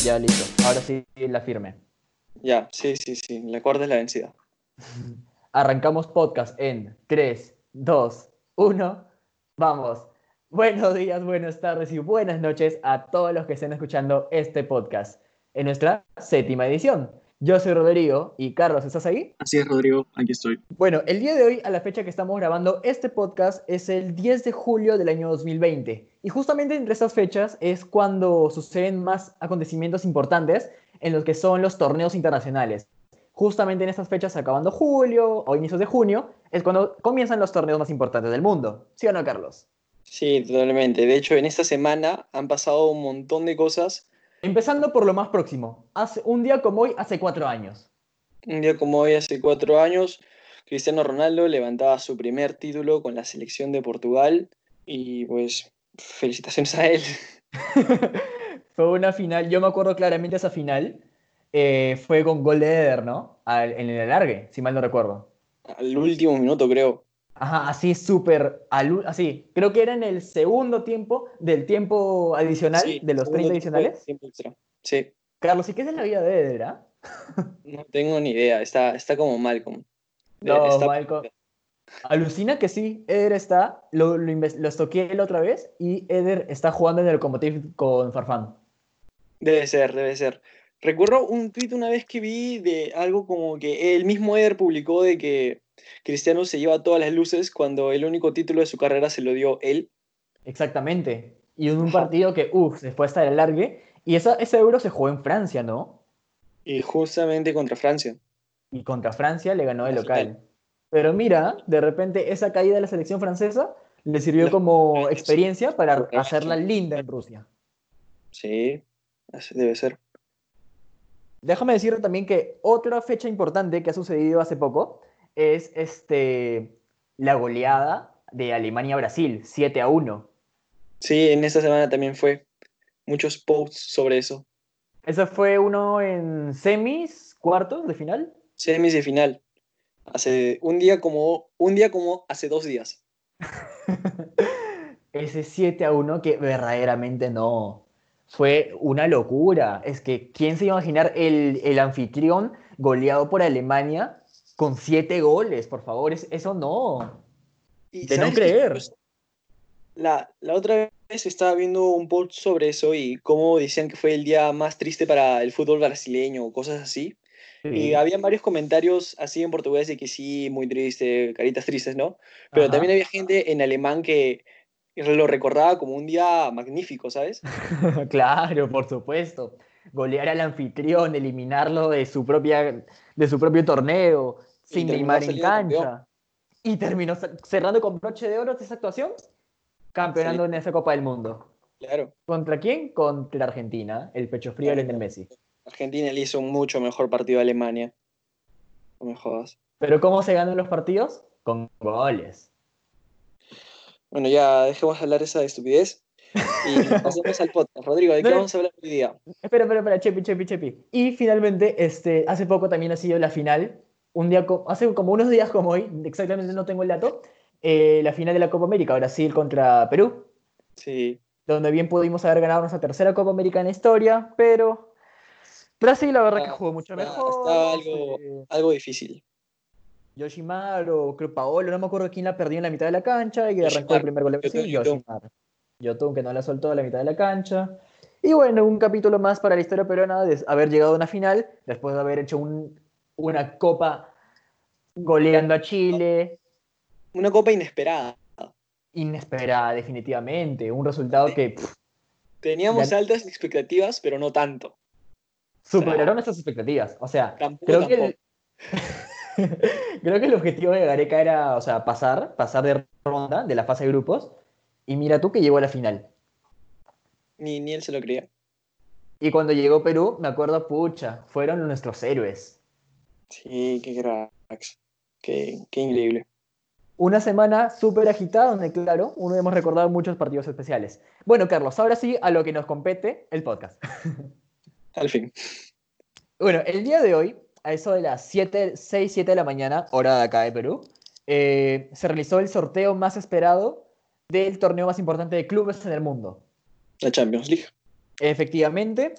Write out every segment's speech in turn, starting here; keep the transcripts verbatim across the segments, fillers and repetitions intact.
Ya, listo. Ahora sí, la firme. Ya, sí, sí, sí. La cuarta es la vencida. Arrancamos podcast en tres, dos, uno. Vamos. Buenos días, buenas tardes y buenas noches a todos los que estén escuchando este podcast en nuestra séptima edición. Yo soy Rodrigo y Carlos, ¿estás ahí? Así es, Rodrigo, aquí estoy. Bueno, el día de hoy, a la fecha que estamos grabando este podcast, es el diez de julio del año dos mil veinte. Y justamente entre estas fechas es cuando suceden más acontecimientos importantes en los que son los torneos internacionales. Justamente en estas fechas, acabando julio o inicios de junio, es cuando comienzan los torneos más importantes del mundo. ¿Sí o no, Carlos? Sí, totalmente. De hecho, en esta semana han pasado un montón de cosas. Empezando por lo más próximo. Hace, un día como hoy, hace cuatro años. Un día como hoy, hace cuatro años, Cristiano Ronaldo levantaba su primer título con la selección de Portugal. Y pues, felicitaciones a él. Fue una final, yo me acuerdo claramente esa final, eh, fue con gol de Eder, ¿no? Al- en el alargue, si mal no recuerdo. Al último minuto, creo. Ajá, así súper, alu- así, creo que era en el segundo tiempo del tiempo adicional, Sí, de los segundo treinta tiempo y adicionales. tiempo extra. Sí, Carlos, ¿y qué es en la vida de Eder, ah? no tengo ni idea. Está, está como Malcolm. Eh, No, Está... Malcolm. Alucina que sí, Eder está, lo, lo, inves- lo estoqué la otra vez y Eder está jugando en el Lokomotiv con Farfán. Debe ser, debe ser. Recuerdo un tuit una vez que vi de algo como que el mismo Eder publicó de que Cristiano se lleva todas las luces cuando el único título de su carrera se lo dio él. Exactamente. Y en un Ajá. partido que, uff, después está el alargue. Y esa, ese euro se jugó en Francia, ¿no? Y justamente contra Francia, Y contra Francia le ganó de la final. local. Pero mira, de repente esa caída de la selección francesa le sirvió Los como años, sí, experiencia para hacerla revancha. linda en Rusia. Sí, así debe ser. Déjame decirte también que otra fecha importante que ha sucedido hace poco es este, la goleada de Alemania-Brasil, siete a uno. Sí, en esta semana también fue muchos posts sobre eso. Ese fue uno en semis, cuartos de final. Semis de final. Hace un día como, un día como hace dos días. Ese siete a uno que verdaderamente no. Fue una locura. Es que, ¿quién se iba a imaginar el, el anfitrión goleado por Alemania con siete goles? Por favor, es- eso no. Y De no sabes que creer. La, la otra vez estaba viendo un post sobre eso y cómo decían que fue el día más triste para el fútbol brasileño o cosas así. Y Sí. había varios comentarios así en portugués de que sí, muy triste, caritas tristes, ¿no? Pero también Ajá. había gente en alemán que lo recordaba como un día magnífico, ¿sabes? Claro, por supuesto. Golear al anfitrión, eliminarlo de su propia, de su propio torneo, Y sin terminar Neymar en saliendo campeón. cancha. Y terminó cer- cerrando con broche de oro esa actuación, Salió, campeonando en esa Copa del Mundo. claro, ¿Contra quién? Contra Argentina, el pecho frío de claro. Lionel Messi. Argentina le hizo un mucho mejor partido a Alemania. No me jodas. Pero ¿cómo se ganan los partidos? Con goles. Bueno, ya dejemos de hablar esa estupidez y pasemos al podcast. Rodrigo, ¿de No, qué no, vamos a hablar hoy día? espera, espera, espera, Chepi, Chepi, Chepi. Y finalmente, este, hace poco también ha sido la final, un día, co- hace como unos días como hoy, exactamente no tengo el dato, eh, la final de la Copa América, Brasil contra Perú, Sí. donde bien pudimos haber ganado nuestra tercera Copa América en la historia, pero Brasil la verdad que Ah, jugó mucho está, mejor, está algo, este, algo difícil. Yoshimar creo Paolo, no me acuerdo quién la perdió en la mitad de la cancha y arrancó el Yoshimar, primer gol de Yotun, Brasil, Yotun. Yoshimar. Yotun que no la soltó a la mitad de la cancha. Y bueno, un capítulo más para la historia peruana de haber llegado a una final, después de haber hecho un, una copa goleando a Chile, Una copa inesperada. inesperada definitivamente, un resultado que pff, Teníamos ya altas expectativas, pero no tanto. O superó sea, nuestras expectativas. O sea, tampoco, creo que tampoco. el, creo que el objetivo de Gareca era, o sea, pasar, pasar de ronda de la fase de grupos, y mira tú que llegó a la final. Ni, ni él se lo creía. Y cuando llegó Perú, me acuerdo, pucha, fueron nuestros héroes. Sí, qué cracks. Qué, qué increíble. Una semana súper agitada, donde, claro, uno hemos recordado muchos partidos especiales. Bueno, Carlos, ahora sí a lo que nos compete, el podcast. Al fin. Bueno, el día de hoy, a eso de las siete, seis, siete de la mañana, hora de acá de Perú, eh, se realizó el sorteo más esperado del torneo más importante de clubes en el mundo. La Champions League. Efectivamente,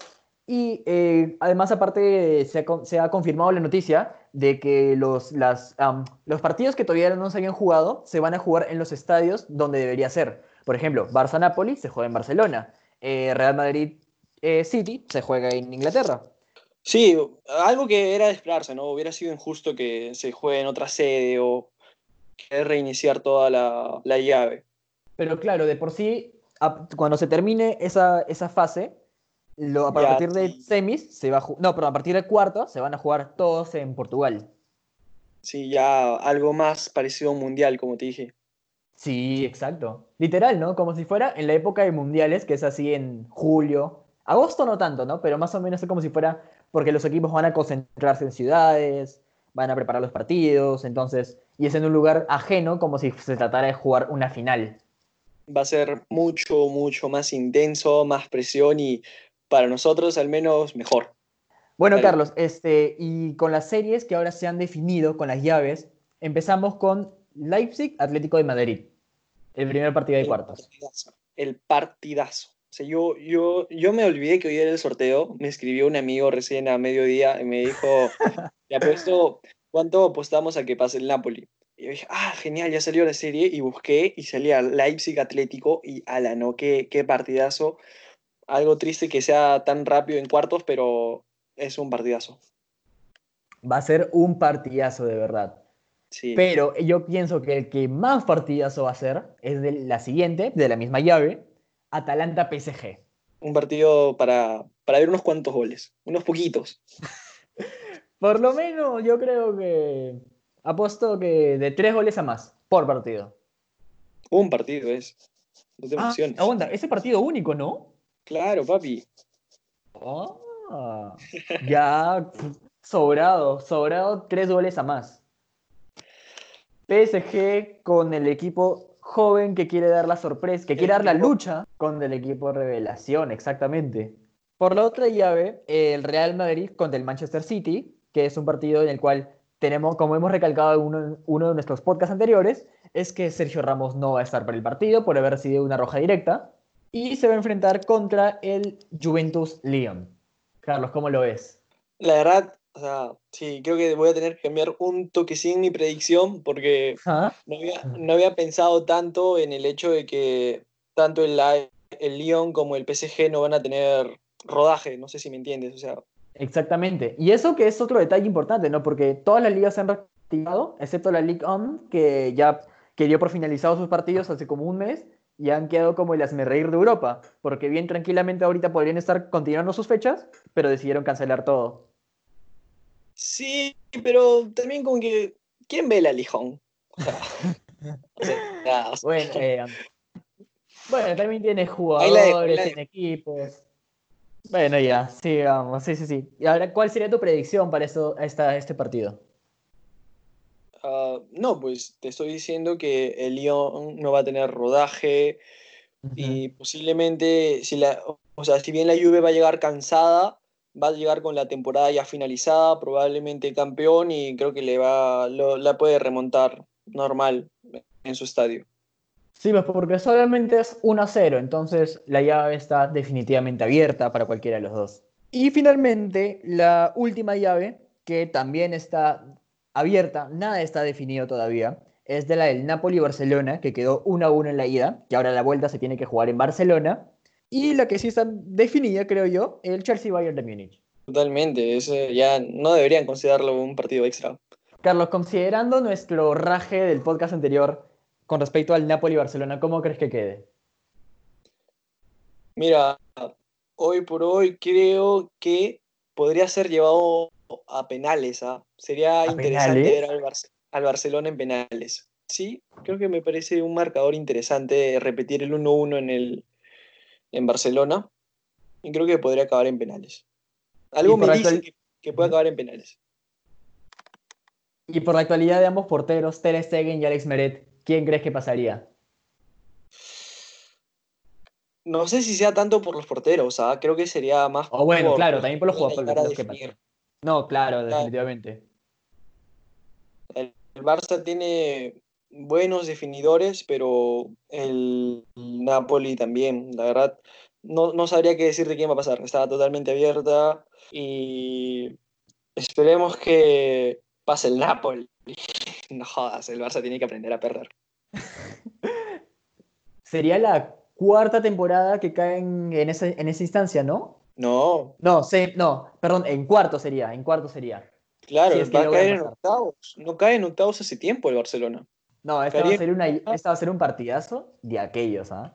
Y eh, además, aparte, se ha, con- se ha confirmado la noticia de que los, las, am, los partidos que todavía no se habían jugado se van a jugar en los estadios donde debería ser. Por ejemplo, Barça-Napoli se juega en Barcelona. Eh, Real Madrid-City se juega en Inglaterra. Sí, algo que era de esperarse, ¿no? Hubiera sido injusto que se juegue en otra sede o querer reiniciar toda la, la llave. Pero claro, de por sí, a- cuando se termine esa, esa fase, lo, a Ya, partir de sí, semis, se va a ju- no, perdón, a partir de cuartos se van a jugar todos en Portugal. sí, ya algo más parecido a un mundial, como te dije. Sí, exacto. Literal, ¿no? Como si fuera en la época de mundiales, que es así en julio. Agosto no tanto, ¿no? Pero más o menos es como si fuera porque los equipos van a concentrarse en ciudades, van a preparar los partidos, entonces, y es en un lugar ajeno como si se tratara de jugar una final. Va a ser mucho, mucho más intenso, más presión y para nosotros al menos mejor. Bueno, Dale. Carlos, este, y con las series que ahora se han definido, con las llaves, empezamos con Leipzig, Atlético de Madrid, el primer partido de El cuartos. partidazo. El partidazo. O sea, yo, yo, yo me olvidé que hoy era el sorteo. Me escribió un amigo recién a mediodía y me dijo, te apuesto, ¿cuánto apostamos a que pase el Napoli? Y yo dije, ah, genial, ya salió la serie. Y busqué y salía Leipzig Atlético y ala, no, qué, qué partidazo. Algo triste que sea tan rápido en cuartos, pero es un partidazo. Va a ser un partidazo de verdad. Sí, Pero yo pienso que el que más partidazo va a ser es de la siguiente, de la misma llave, Atalanta-P S G. un partido para, para ver unos cuantos goles, unos poquitos. Por lo menos yo creo que apuesto que de tres goles a más por partido. Un partido es, no te Ah, emociones. aguanta, ese partido único, ¿no? Claro, papi. Ah, ya pf, sobrado, sobrado tres goles a más. P S G con el equipo joven que quiere dar la sorpresa, que El quiere dar la equipo, lucha con el equipo revelación, exactamente. Por la otra llave, el Real Madrid contra el Manchester City, que es un partido en el cual tenemos, como hemos recalcado en uno, uno de nuestros podcasts anteriores, es que Sergio Ramos no va a estar para el partido por haber sido una roja directa y se va a enfrentar contra el Juventus Lyon. Carlos, ¿cómo lo ves? la verdad, o sea, sí, creo que voy a tener que cambiar un toquecín en mi predicción porque ¿Ah? no había, no había pensado tanto en el hecho de que tanto el, La- el Lyon como el P S G no van a tener rodaje, no sé si me entiendes, o sea, Exactamente. Y eso que es otro detalle importante, ¿no? Porque todas las ligas se han reactivado, excepto la Ligue uno, que ya que dio por finalizados sus partidos hace como un mes, y han quedado como el hazmerreír de Europa, porque bien tranquilamente ahorita podrían estar continuando sus fechas, pero decidieron cancelar todo. sí, pero también como que, ¿quién ve la Lijón? O sea, o sea, o Bueno, sea, eh, bueno, también tiene ahí la dejo, ahí jugadores, la dejo. tiene equipos. Bueno, ya, sigamos, sí, sí, sí. Y ahora, ¿cuál sería tu predicción para esto, esta, este partido? Ah, no, pues te estoy diciendo que el Lyon no va a tener rodaje Ujú. y posiblemente, si la, o sea, si bien la Juve va a llegar cansada, va a llegar con la temporada ya finalizada, probablemente campeón y creo que le va, lo- la puede remontar normal en su estadio. Sí, pues porque solamente es uno a cero, entonces la llave está definitivamente abierta para cualquiera de los dos. Y finalmente, la última llave, que también está abierta, nada está definido todavía, es de la del Napoli-Barcelona, que quedó uno a uno en la ida, que ahora la vuelta se tiene que jugar en Barcelona. Y la que sí está definida, creo yo, el Chelsea-Bayern de Múnich. Totalmente, ese ya no deberían considerarlo un partido extra. Carlos, considerando nuestro raje del podcast anterior con respecto al Napoli-Barcelona, ¿cómo crees que quede? Mira, hoy por hoy creo que podría ser llevado a penales, ¿ah? Sería ¿A interesante ver penales? al, Barce- al Barcelona en penales. Sí, creo que me parece un marcador interesante repetir el uno uno en el, en Barcelona y creo que podría acabar en penales. Y Algo por me la dice actual... que, que puede Ujú. acabar en penales. Y por la actualidad de ambos porteros, Ter Stegen y Alex Meret, ¿quién crees que pasaría? No sé si sea tanto por los porteros, ¿ah? Creo que sería más O bueno, por claro, los que también por los pueden jugadores, ayudar a los que definir. pasan. No, claro, La- definitivamente. El, el Barça tiene buenos definidores, pero el Napoli también, la verdad. no, no sabría qué decirte quién va a pasar. Está totalmente abierta y esperemos que pase el Napoli. No jodas, el Barça tiene que aprender a perder. Sería la cuarta temporada que cae en, en, esa, en esa instancia, ¿no? No, No, sí, no, perdón, en cuarto sería, en cuarto sería. Si claro, es que va a logran caer en pasar. octavos. No cae en octavos hace tiempo el Barcelona. No, esta va a Caería ser una, en... esta va a ser un partidazo de aquellos, ¿ah?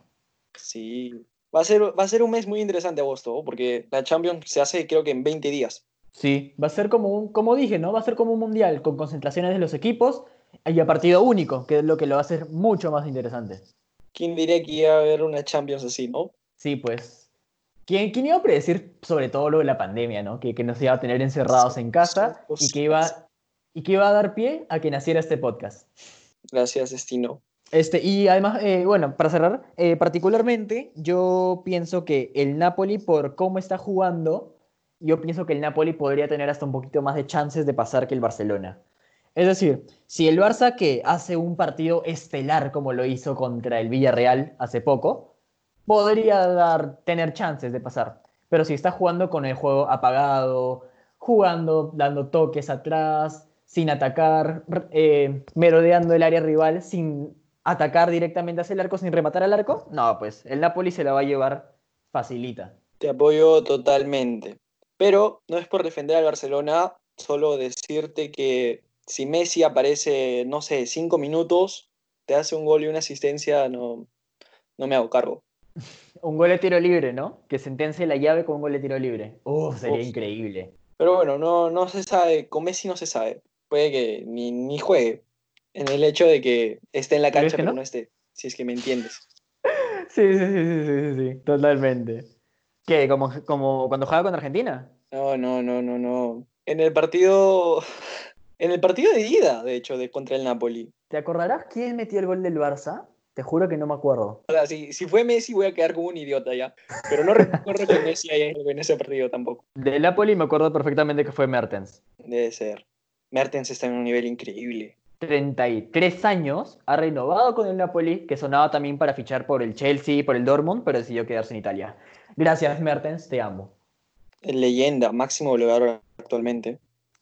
Sí. Va a ser, va a ser un mes muy interesante agosto, ¿no? Porque la Champions se hace creo que en veinte días. Sí, va a ser como un, como dije, ¿no? Va a ser como un mundial con concentraciones de los equipos y a partido único, que es lo que lo va a hacer mucho más interesante. ¿Quién diría que iba a haber una Champions así, no? Sí, pues. ¿Quién, quién iba a predecir sobre todo lo de la pandemia, ¿no? Que, que nos iba a tener Sí, encerrados en son casa y que cositas. iba, y que iba a dar pie a que naciera este podcast. Gracias, destino. Este, y además, eh, bueno, para cerrar, eh, particularmente, yo pienso que el Napoli, por cómo está jugando, yo pienso que el Napoli podría tener hasta un poquito más de chances de pasar que el Barcelona. Es decir, si el Barça que hace un partido estelar como lo hizo contra el Villarreal hace poco, podría dar, tener chances de pasar. Pero si está jugando con el juego apagado, jugando, dando toques atrás, sin atacar, eh, merodeando el área rival, sin atacar directamente hacia el arco, sin rematar al arco, no, pues el Napoli se la va a llevar facilita. Te apoyo totalmente. Pero no es por defender al Barcelona, solo decirte que si Messi aparece, no sé, cinco minutos, te hace un gol y una asistencia, no, no me hago cargo. Un gol de tiro libre, ¿no? Que sentencie la llave con un gol de tiro libre. Uf, sería Uf. increíble. Pero bueno, no, no se sabe, con Messi no se sabe. Puede que ni, ni juegue. En el hecho de que esté en la ¿Tú crees cancha, que pero no? no esté, si es que me entiendes. Sí, sí, sí, sí, sí, sí, sí, totalmente. ¿Qué? ¿Como, como cuando jugaba contra Argentina? No, no, no, no, no. En el partido, en el partido de ida, de hecho, de contra el Napoli. ¿Te acordarás quién metió el gol del Barça? Te juro que no me acuerdo. O sea, si, si fue Messi voy a quedar como un idiota ya. Pero no recuerdo que Messi haya ido en ese partido tampoco. Del Napoli me acuerdo perfectamente que fue Mertens. Debe ser. Mertens está en un nivel increíble. treinta y tres años, ha renovado con el Napoli, que sonaba también para fichar por el Chelsea y por el Dortmund, pero decidió quedarse en Italia. Gracias, Mertens, te amo. Es leyenda, máximo goleador actualmente.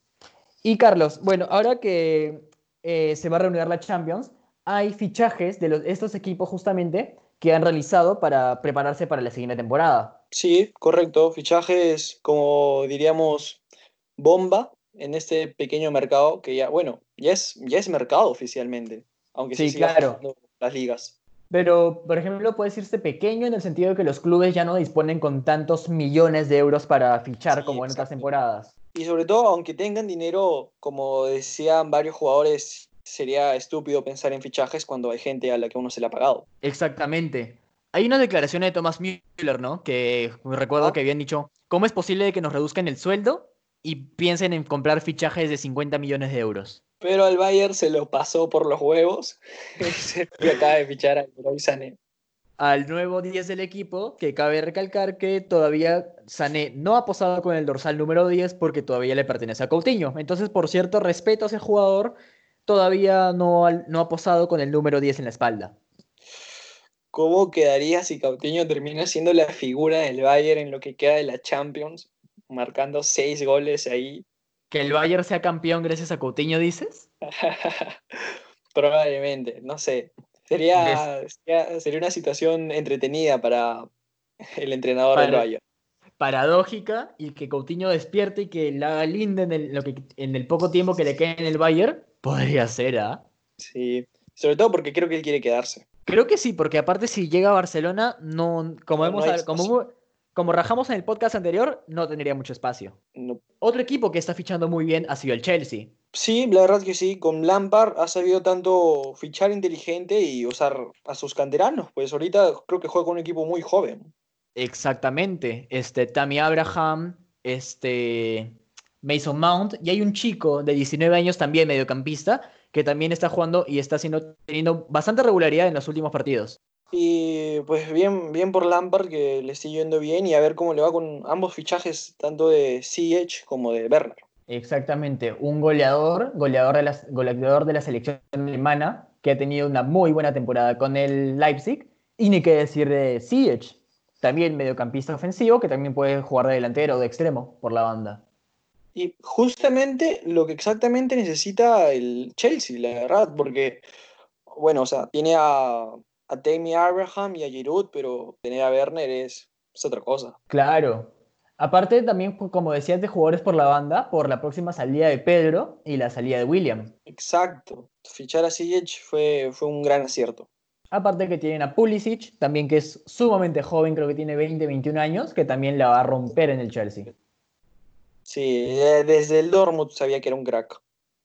Y Carlos, bueno, ahora que eh, se va a reunir la Champions, hay fichajes de los, estos equipos justamente que han realizado para prepararse para la siguiente temporada. Sí, correcto. Fichajes, como diríamos, bomba en este pequeño mercado que ya, bueno, ya es, ya es mercado oficialmente, aunque se Sí, siga claro. jugando las ligas. Pero, por ejemplo, puede decirse pequeño en el sentido de que los clubes ya no disponen con tantos millones de euros para fichar Sí, como en otras exacto. temporadas. Y sobre todo, aunque tengan dinero, como decían varios jugadores, sería estúpido pensar en fichajes cuando hay gente a la que uno se le ha pagado. Exactamente. Hay una declaración de Thomas Müller, ¿no? Que recuerdo ¿Ah? que habían dicho, ¿cómo es posible que nos reduzcan el sueldo y piensen en comprar fichajes de cincuenta millones de euros? Pero al Bayern se lo pasó por los huevos y se y acaba de fichar a Leroy Sané. Al nuevo diez del equipo, que cabe recalcar que todavía Sané no ha posado con el dorsal número diez porque todavía le pertenece a Coutinho. Entonces, por cierto respeto a ese jugador, todavía no, ha- no ha posado con el número diez en la espalda. ¿Cómo quedaría si Coutinho termina siendo la figura del Bayern en lo que queda de la Champions, marcando seis goles ahí? ¿Que el Bayern sea campeón gracias a Coutinho, dices? Probablemente, no sé. Des- Sería, sería, sería una situación entretenida para el entrenador del para- Bayern. Paradójica y que Coutinho despierte y que la haga linda en el, lo que, en el poco tiempo que le quede en el Bayern, podría ser, ¿ah? Sí, sobre todo porque creo que él quiere quedarse. Creo que sí, porque aparte si llega a Barcelona, no, como, No, no hemos, hay como, espacio. hemos- como rajamos en el podcast anterior, no tendría mucho espacio. No. Otro equipo que está fichando muy bien ha sido el Chelsea. Sí, la verdad que sí, con Lampard ha sabido tanto fichar inteligente y usar a sus canteranos, pues ahorita creo que juega con un equipo muy joven. Exactamente. Este, Tammy Abraham, este, Mason Mount, y hay un chico de diecinueve años también mediocampista que también está jugando y está haciendo, teniendo bastante regularidad en los últimos partidos. Y pues bien, bien por Lampard que le sigue yendo bien y a ver cómo le va con ambos fichajes, tanto de Ziyech como de Werner. Exactamente, un goleador, goleador de la, goleador de la selección alemana que ha tenido una muy buena temporada con el Leipzig y ni qué decir de Ziyech. también mediocampista ofensivo, que también puede jugar de delantero o de extremo por la banda. Y justamente lo que exactamente necesita el Chelsea, la verdad, porque, bueno, o sea, tiene a, a Tammy Abraham y a Giroud, pero tener a Werner es, es otra cosa. Claro. Aparte, también, pues, como decías, de jugadores por la banda, por la próxima salida de Pedro y la salida de William. Exacto. Fichar a Ziyech fue, fue un gran acierto. Aparte que tienen a Pulisic, también que es sumamente joven, creo que tiene veinte, veintiún años, que también la va a romper en el Chelsea. Sí, eh, desde el Dortmund sabía que era un crack.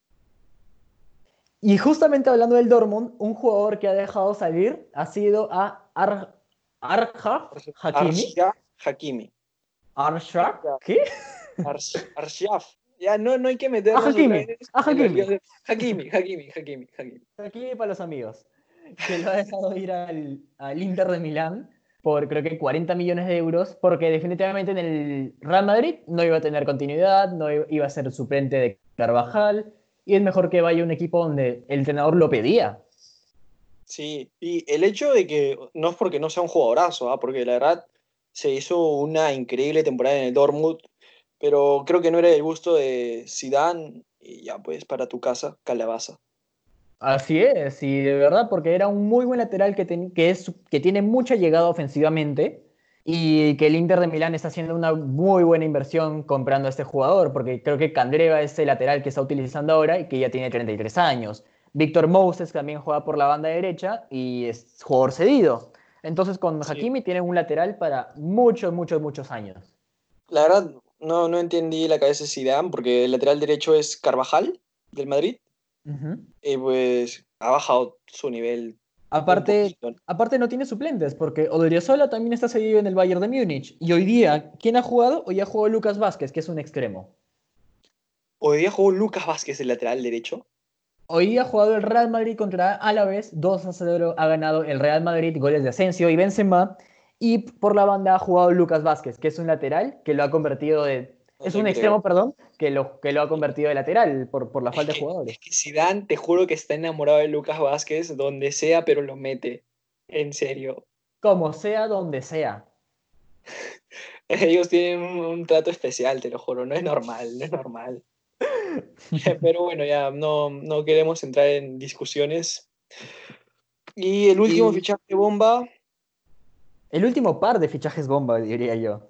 Y justamente hablando del Dortmund, un jugador que ha dejado salir ha sido a Ar Arshaf Hakimi. Arshia Hakimi. ¿Arshaf? ¿Qué? Arsh- Arshiaf. Ya no, no hay que A meternos otra Hakimi, vez a en los líos Hakimi. de Hakimi, Hakimi, Hakimi, Hakimi. Hakimi para los amigos. Que lo ha dejado ir al, al Inter de Milán por creo que cuarenta millones de euros, porque definitivamente en el Real Madrid no iba a tener continuidad, no iba a ser suplente de Carvajal, y es mejor que vaya a un equipo donde el entrenador lo pedía. Sí, y el hecho de que no es porque no sea un jugadorazo, ¿ah? Porque la verdad se hizo una increíble temporada en el Dortmund, pero creo que no era del gusto de Zidane y ya pues para tu casa, calabaza. Así es, y de verdad, porque era un muy buen lateral que, ten- que, es, que tiene mucha llegada ofensivamente y que el Inter de Milán está haciendo una muy buena inversión comprando a este jugador, porque creo que Candreva es el lateral que está utilizando ahora y que ya tiene treinta y tres años. Víctor Moses también juega por la banda derecha y es jugador cedido. Entonces con Sí. Hakimi tiene un lateral para muchos, muchos, muchos años. La verdad no, no entendí la cabeza de Zidane porque el lateral derecho es Carvajal del Madrid Ujú. y pues ha bajado su nivel un Aparte, poquito. aparte no tiene suplentes, porque Odriozola también está cedido en el Bayern de Múnich. Y hoy día, ¿quién ha jugado? Hoy ha jugado Lucas Vázquez, que es un extremo. Hoy día jugó Lucas Vázquez el lateral derecho. Hoy día ha jugado el Real Madrid contra Alavés, dos a cero ha ganado el Real Madrid, goles de Asensio y Benzema. Y por la banda ha jugado Lucas Vázquez, que es un lateral que lo ha convertido de... No Es te un creo. extremo, perdón, que lo, que lo ha convertido de lateral por, por la Es falta de que, jugadores. es que Zidane, te juro que está enamorado de Lucas Vázquez donde sea, pero lo mete. En serio. Como sea, donde sea. Ellos tienen un, un trato especial, te lo juro. No es normal, no es normal. Pero bueno, ya no, no queremos entrar en discusiones. Y el último Y fichaje bomba, el último par de fichajes bomba, diría yo.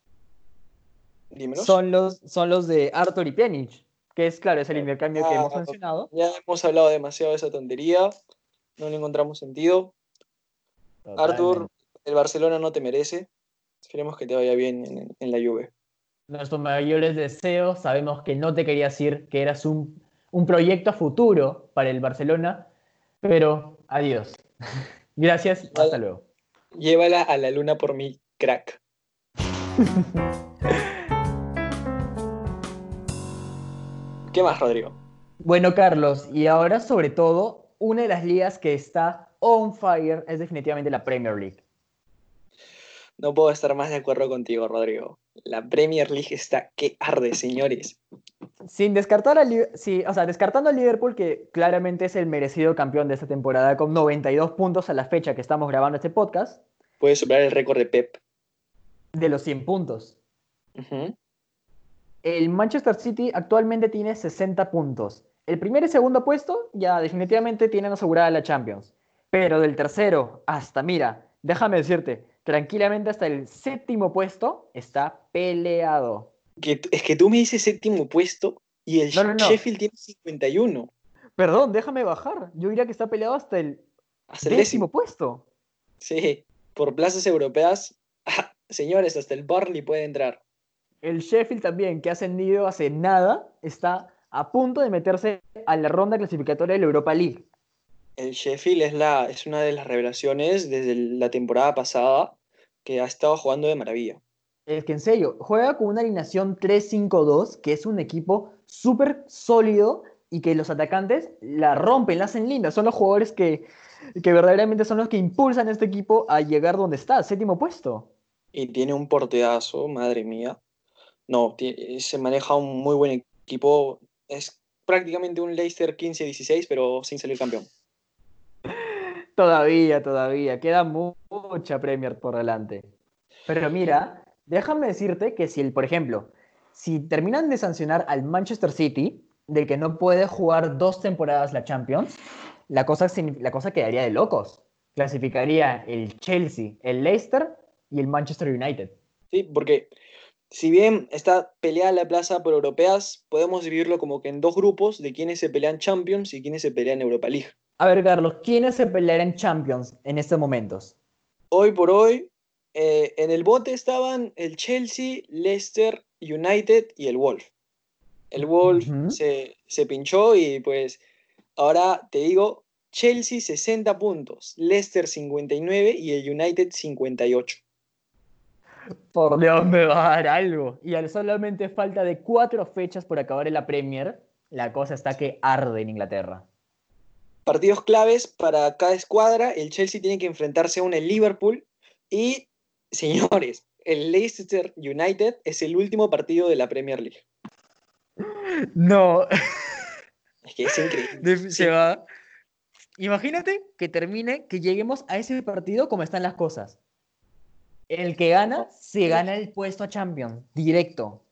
dímelos. son los, son los de Arthur y Pjanic, que es, claro, es el intercambio que Ah, hemos mencionado. ya hemos hablado demasiado de esa tontería. No le encontramos sentido. Arthur, Totalmente. el Barcelona no te merece. Esperemos que te vaya bien en, en la Juve. Nuestros mayores deseos, sabemos que no te querías ir, que eras un, un proyecto a futuro para el Barcelona, pero adiós. Gracias, hasta luego. Llévala a la luna por mi crack. ¿Qué más, Rodrigo? Bueno, Carlos, y ahora sobre todo, una de las ligas que está on fire es definitivamente la Premier League. No puedo estar más de acuerdo contigo, Rodrigo. La Premier League está que arde, señores. Sin descartar a, Li- sí, o sea, descartando a Liverpool, que claramente es el merecido campeón de esta temporada con noventa y dos puntos a la fecha que estamos grabando este podcast, Puede superar el récord de Pep. de los cien puntos. Ujú. El Manchester City actualmente tiene sesenta puntos. El primer y segundo puesto ya definitivamente tienen asegurada la Champions. Pero del tercero hasta, mira, déjame decirte, tranquilamente hasta el séptimo puesto está peleado. Que, es que tú me dices séptimo puesto y el No, no, no. Sheffield tiene cincuenta y uno. Perdón, déjame bajar. Yo diría que está peleado hasta el Hasta el décimo décimo. puesto. Sí, por plazas europeas. Ah, señores, hasta el Burnley puede entrar. El Sheffield también, que ha ascendido hace nada, está a punto de meterse a la ronda clasificatoria de la Europa League. El Sheffield es, la, es una de las revelaciones desde la temporada pasada que ha estado jugando de maravilla. Es que en serio, juega con una alineación tres cinco dos, que es un equipo súper sólido y que los atacantes la rompen, la hacen linda. Son los jugadores que, que verdaderamente son los que impulsan a este equipo a llegar donde está, séptimo puesto. Y tiene un porteazo, madre mía. No, ti- se maneja un muy buen equipo. Es prácticamente un Leicester quince dieciséis, pero sin salir campeón. Todavía, todavía, queda mu- mucha Premier por delante. Pero mira, déjame decirte que si, el, por ejemplo, si terminan de sancionar al Manchester City de que no puede jugar dos temporadas la Champions, la cosa, la cosa quedaría de locos. Clasificaría el Chelsea, el Leicester y el Manchester United. Sí, porque si bien está peleada la plaza por europeas, podemos dividirlo como que en dos grupos de quienes se pelean Champions y quienes se pelean Europa League. A ver, Carlos, ¿quiénes se pelearán Champions en estos momentos? Hoy por hoy, eh, en el bote estaban el Chelsea, Leicester, United y el Wolf. El Wolf Ujú. se, se pinchó y pues ahora te digo, Chelsea sesenta puntos, Leicester cincuenta y nueve y el United cincuenta y ocho. Por Dios, me va a dar algo. Y al solamente falta de cuatro fechas por acabar en la Premier, la cosa está que arde en Inglaterra. Partidos claves para cada escuadra. El Chelsea tiene que enfrentarse a un el Liverpool. Y, señores, el Leicester United es el último partido de la Premier League. No, Es que es increíble. se Sí. va. Imagínate que termine, que lleguemos a ese partido como están las cosas. El que gana, se gana el puesto a Champions, directo.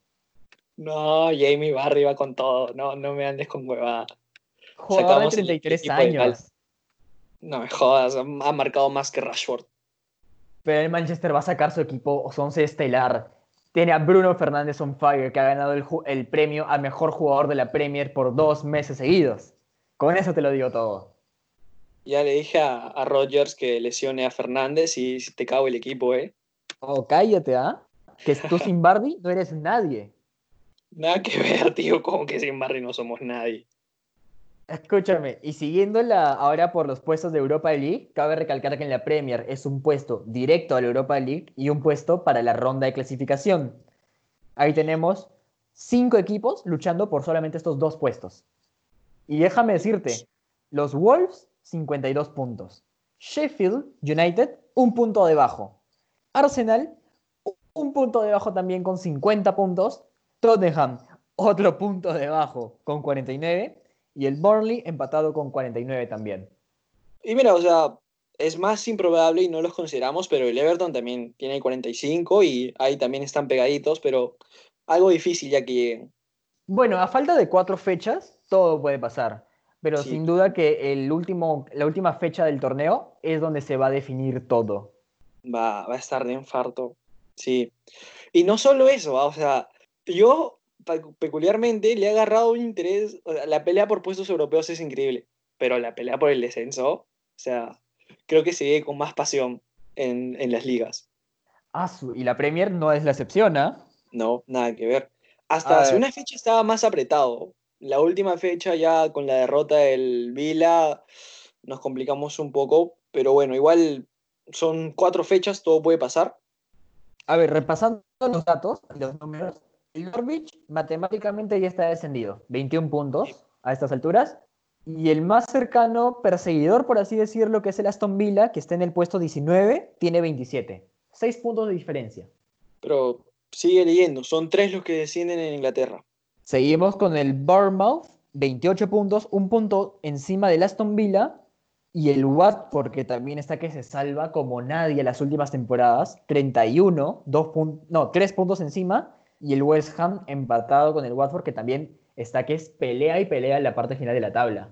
No, Jamie Barry va con todo. No, no me andes con huevada. Jugador de Sacamos treinta el, y el tres equipo de mal. años. No me jodas, ha marcado más que Rashford. Pero el Manchester va a sacar su equipo once estelar. Tiene a Bruno Fernández on fire, que ha ganado el, el premio a mejor jugador de la Premier por dos meses seguidos. Con eso te lo digo todo. Ya le dije a, a Rodgers que lesione a Fernández y te cago el equipo, ¿eh? Oh, cállate, ¿ah? Que tú sin Bardi no eres nadie. Nada que ver, tío, como que sin Barry no somos nadie. Escúchame, y siguiéndola ahora por los puestos de Europa League, cabe recalcar que en la Premier es un puesto directo a la Europa League y un puesto para la ronda de clasificación. Ahí tenemos cinco equipos luchando por solamente estos dos puestos. Y déjame decirte, los Wolves, cincuenta y dos puntos. Sheffield United, un punto debajo. Arsenal, un punto debajo también con cincuenta puntos. Tottenham, otro punto debajo con cuarenta y nueve. Y el Burnley empatado con cuarenta y nueve también. Y mira, o sea, es más improbable y no los consideramos, pero el Everton también tiene cuarenta y cinco y ahí también están pegaditos, pero algo difícil ya que lleguen. Bueno, a falta de cuatro fechas, todo puede pasar. Pero Sí, sin duda que el último, la última fecha del torneo es donde se va a definir todo. va, va a estar de infarto. Sí. Y no solo eso, ¿va? O sea, yo pe- peculiarmente le he agarrado un interés, o sea, la pelea por puestos europeos es increíble, pero la pelea por el descenso, o sea, creo que se ve con más pasión en, en las ligas. Ah, su- y la Premier no es la excepción, ¿ah? No, nada que ver. Hasta A hace ver, una fecha estaba más apretado. La última fecha ya con la derrota del Vila nos complicamos un poco, pero bueno, igual son cuatro fechas, todo puede pasar. a ver, repasando los datos y los números, el Norwich matemáticamente ya está descendido, veintiún puntos a estas alturas, y el más cercano perseguidor, por así decirlo, que es el Aston Villa, que está en el puesto diecinueve, tiene veintisiete. Seis puntos de diferencia. Pero sigue leyendo, son tres los que descienden en Inglaterra. Seguimos con el Bournemouth, veintiocho puntos, un punto encima del Aston Villa, y el Watford, que también está que se salva como nadie en las últimas temporadas, treinta y uno, dos pun- no, tres puntos encima, y el West Ham empatado con el Watford, que también está que es pelea y pelea en la parte final de la tabla.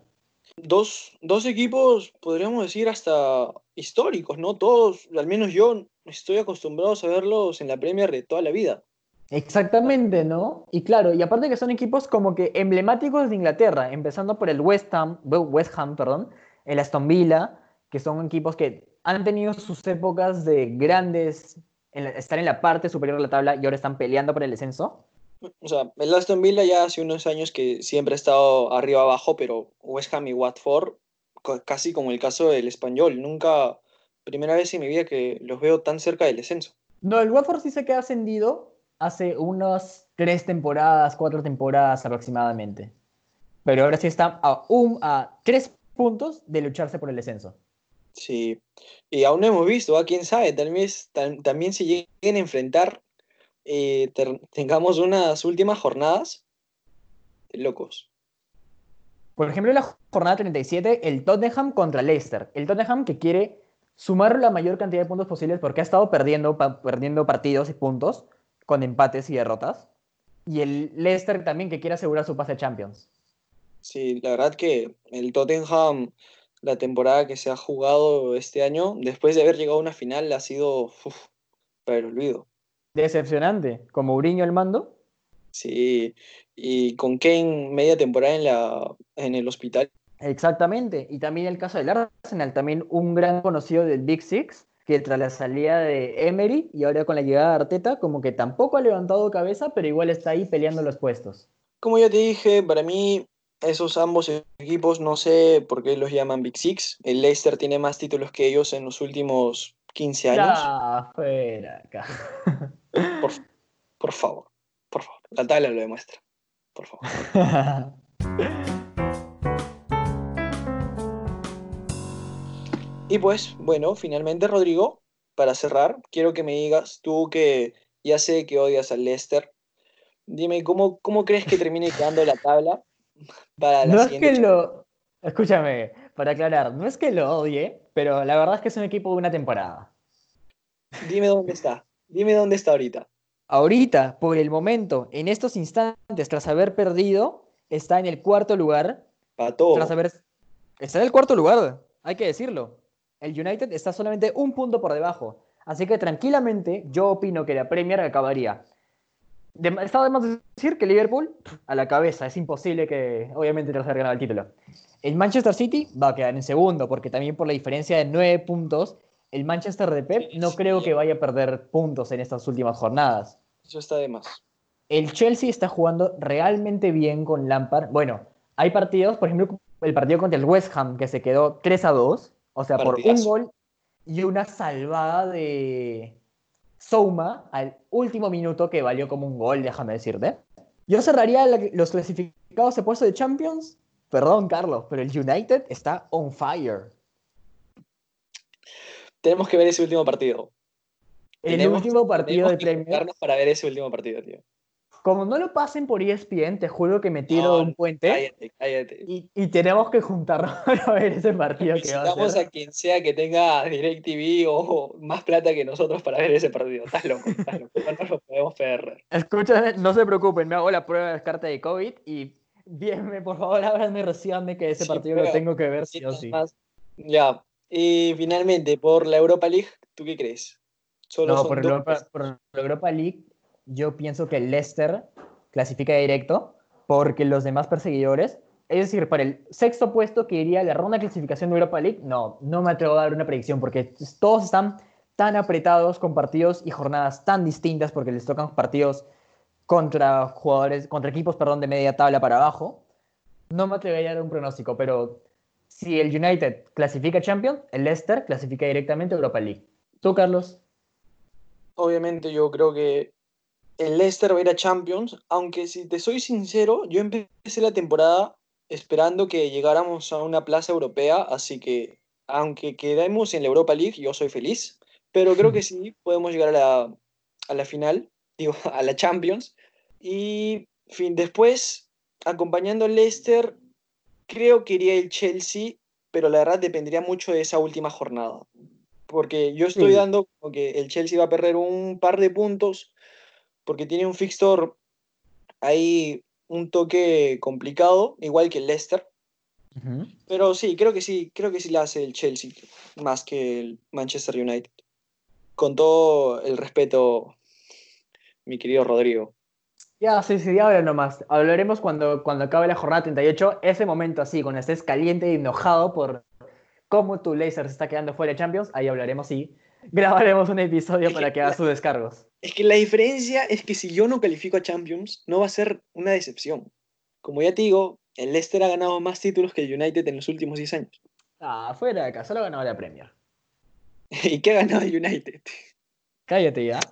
Dos, dos equipos, podríamos decir, hasta históricos, ¿no? Todos, al menos yo, estoy acostumbrado a verlos en la Premier de toda la vida. Exactamente, ¿no? Y claro, y aparte que son equipos como que emblemáticos de Inglaterra, empezando por el West Ham, West Ham, perdón, el Aston Villa, que son equipos que han tenido sus épocas de grandes, en la- estar en la parte superior de la tabla y ahora están peleando por el descenso. O sea, el Aston Villa ya hace unos años que siempre ha estado arriba abajo, pero West Ham y Watford, co- casi como el caso del Español, nunca, primera vez en mi vida que los veo tan cerca del descenso. No, el Watford sí se queda ascendido hace unas tres temporadas, cuatro temporadas aproximadamente. Pero ahora sí está a, un, a tres puntos de lucharse por el descenso. Sí, y aún no hemos visto, ¿a quién sabe? Tal vez tam- también se lleguen a enfrentar, eh, ter- tengamos unas últimas jornadas de locos. Por ejemplo, en la jornada treinta y siete, el Tottenham contra Leicester. El Tottenham que quiere sumar la mayor cantidad de puntos posibles porque ha estado perdiendo, pa- perdiendo partidos y puntos con empates y derrotas. Y el Leicester también que quiere asegurar su pase a Champions. Sí, la verdad que el Tottenham, la temporada que se ha jugado este año, después de haber llegado a una final, ha sido uf, para el olvido. Decepcionante, con Mourinho al mando. Sí, y con Kane media temporada en la, en el hospital. Exactamente. Y también el caso del Arsenal, también un gran conocido del Big Six, que tras la salida de Emery y ahora con la llegada de Arteta, como que tampoco ha levantado cabeza, pero igual está ahí peleando los puestos. Como ya te dije, para mí esos ambos equipos no sé por qué los llaman Big Six. El Leicester tiene más títulos que ellos en los últimos quince años. Ya, fuera acá. Por, por favor, por favor. La tabla lo demuestra. Por favor. Y pues, bueno, finalmente, Rodrigo, para cerrar, quiero que me digas, tú que ya sé que odias al Leicester, dime, ¿cómo, cómo crees que termine quedando la tabla para la No es siguiente que Champions? lo... Escúchame, para aclarar, no es que lo odie, pero la verdad es que es un equipo de una temporada. Dime dónde está, dime dónde está ahorita. Ahorita, por el momento, en estos instantes, tras haber perdido, está en el cuarto lugar. Tras Pato, haber... Está en el cuarto lugar, hay que decirlo. El United está solamente un punto por debajo. Así que tranquilamente, yo opino que la Premier acabaría. De... Está de más decir que Liverpool a la cabeza. Es imposible que, obviamente, tras haber ganado el título. El Manchester City va a quedar en segundo, porque también por la diferencia de nueve puntos, el Manchester de Pep no sí, creo que vaya a perder puntos en estas últimas jornadas. eso está de más. El Chelsea está jugando realmente bien con Lampard. Bueno, hay partidos, por ejemplo, el partido contra el West Ham, que se quedó tres a dos, o sea, por un Partidazo. gol y una salvada de Souma al último minuto que valió como un gol, déjame decirte. Yo cerraría la- los clasificados de puesto de Champions. Perdón, Carlos, pero el United está on fire. Tenemos que ver ese último partido. El Tenemos, último partido tenemos de que Premier, juntarnos para ver ese último partido, tío. como no lo pasen por E S P N, te juro que me tiro de No, un no, puente. cállate, cállate. Y, y tenemos que juntarnos para ver ese partido que va a Necesitamos ser. a quien sea que tenga DirecTV o más plata que nosotros para ver ese partido. Estás loco, estás loco. No nos lo podemos perder. Escúchame, no se preocupen, me hago la prueba de descarte de COVID y vienme, por favor, ábranme y recíbanme que ese Sin partido lo prueba, tengo que ver sí o necesitas sí. más. Ya. Y finalmente, por la Europa League, ¿tú qué crees? Solo No, son por dos. Europa, por la Europa League, yo pienso que el Leicester clasifica directo porque los demás perseguidores, es decir, para el sexto puesto que iría a la ronda de clasificación de Europa League, no, no me atrevo a dar una predicción porque todos están tan apretados con partidos y jornadas tan distintas porque les tocan partidos contra jugadores, contra equipos, perdón, de media tabla para abajo. No me atrevería a dar un pronóstico, pero si el United clasifica Champions, el Leicester clasifica directamente a Europa League. ¿Tú, Carlos? Obviamente, yo creo que el Leicester va a ir a Champions, aunque si te soy sincero, yo empecé la temporada esperando que llegáramos a una plaza europea, así que aunque quedemos en la Europa League, yo soy feliz, pero creo que sí podemos llegar a la, a la final, digo, a la Champions. Y fin, después, acompañando al Leicester, creo que iría el Chelsea, pero la verdad dependería mucho de esa última jornada, porque yo estoy Sí. dando como que el Chelsea va a perder un par de puntos porque tiene un fixture ahí un toque complicado, igual que el Leicester. Ujú. Pero sí, creo que sí, creo que sí la hace el Chelsea más que el Manchester United. Con todo el respeto, mi querido Rodrigo. Ya, sí, sí, ahora nomás. Hablaremos cuando, cuando acabe la jornada treinta y ocho. Ese momento así, cuando estés caliente y enojado por cómo tu Laser se está quedando fuera de Champions, ahí hablaremos y grabaremos un episodio Es que para que haga la, sus descargos. es que la diferencia es que si yo no califico a Champions, no va a ser una decepción. Como ya te digo, el Leicester ha ganado más títulos que el United en los últimos diez años. Ah, fuera de acá, solo ganó la Premier. ¿Y qué ha ganado el United? Cállate ya.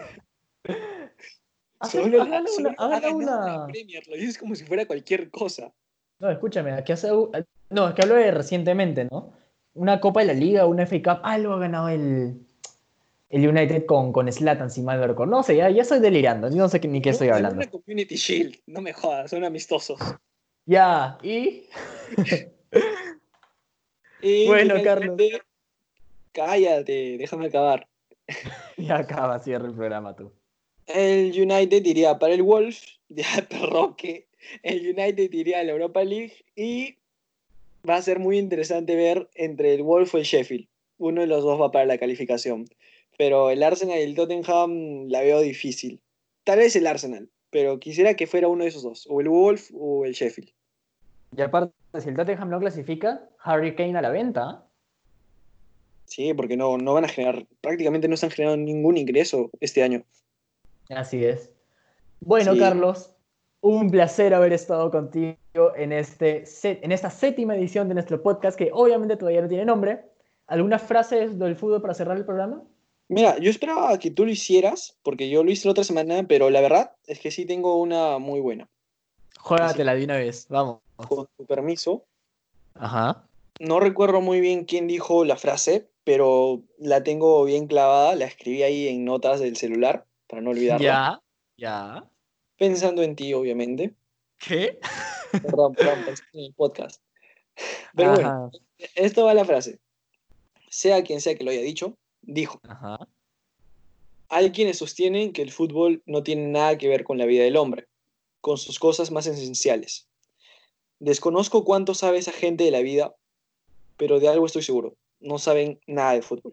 Ha, Solo, ha ha- ganado una, solo ha ha ganado ganado la una. Premier, lo dices como si fuera cualquier cosa. No, escúchame, aquí hace. No, es que hablo de recientemente, ¿no? Una Copa de la Liga, una F A Cup, algo ha ganado el, el United con, con Zlatan, si mal no recuerdo. No sé, ya, ya estoy delirando, yo no sé qué- ni qué No, estoy ganó hablando. una Community Shield, no me jodas, son amistosos. Ya, y Y bueno, Carlos. finalmente, Cállate, déjame acabar. Y acaba, cierra el programa tú. El United iría para el Wolf, ya perro que el United iría a la Europa League y va a ser muy interesante ver entre el Wolf o el Sheffield. Uno de los dos va para la calificación. Pero el Arsenal y el Tottenham la veo difícil. Tal vez el Arsenal, pero quisiera que fuera uno de esos dos, o el Wolf o el Sheffield. Y aparte, si el Tottenham no clasifica, Harry Kane a la venta. Sí, porque no, no van a generar, prácticamente no están generando ningún ingreso este año. Así es. Bueno, Sí. Carlos, un placer haber estado contigo en, este set, en esta séptima edición de nuestro podcast, que obviamente todavía no tiene nombre. ¿Algunas frases del fútbol para cerrar el programa? Mira, yo esperaba que tú lo hicieras, porque yo lo hice la otra semana, pero la verdad es que sí tengo una muy buena. Así Juégatela que, de una vez, vamos. con tu permiso, Ajá. no recuerdo muy bien quién dijo la frase, pero la tengo bien clavada, la escribí ahí en notas del celular, para no olvidarla. Ya, ya. Pensando en ti, obviamente. ¿Qué? Perdón, perdón, pensé en el podcast. Pero bueno, Ajá, esto va la frase. Sea quien sea que lo haya dicho, dijo. ajá. Hay quienes sostienen que el fútbol no tiene nada que ver con la vida del hombre, con sus cosas más esenciales. Desconozco cuánto sabe esa gente de la vida, pero de algo estoy seguro. No saben nada de fútbol.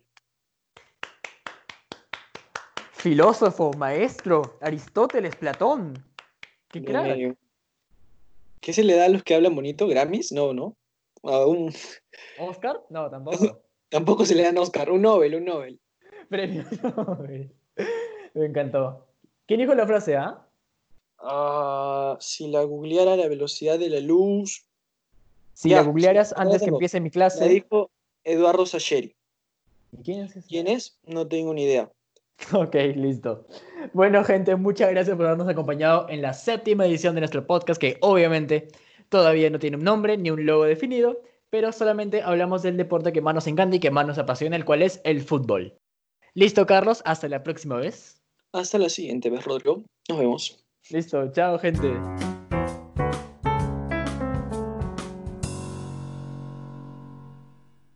Filósofo, maestro, Aristóteles, Platón. ¡Qué Dios crack! mío. ¿Qué se le da a los que hablan bonito? ¿Grammys? No, ¿no? Aún ¿Oscar? No, tampoco. tampoco se le dan Oscar. Un Nobel, un Nobel. Premio Nobel. Me encantó. ¿Quién dijo la frase, ah? Ah, si la googleara la velocidad de la luz. Si la Ya, sí, googlearas ya la antes que tengo. empiece mi La clase. dijo Eduardo Sacheri. ¿Y quién es ese? ¿Quién es? No tengo ni idea. Ok, listo. Bueno, gente, muchas gracias por habernos acompañado en la séptima edición de nuestro podcast, que obviamente todavía no tiene un nombre ni un logo definido, pero solamente hablamos del deporte que más nos encanta y que más nos apasiona, el cual es el fútbol. Listo, Carlos, hasta la próxima vez. Hasta la siguiente vez, Rodrigo. Nos vemos. Listo, chao, gente.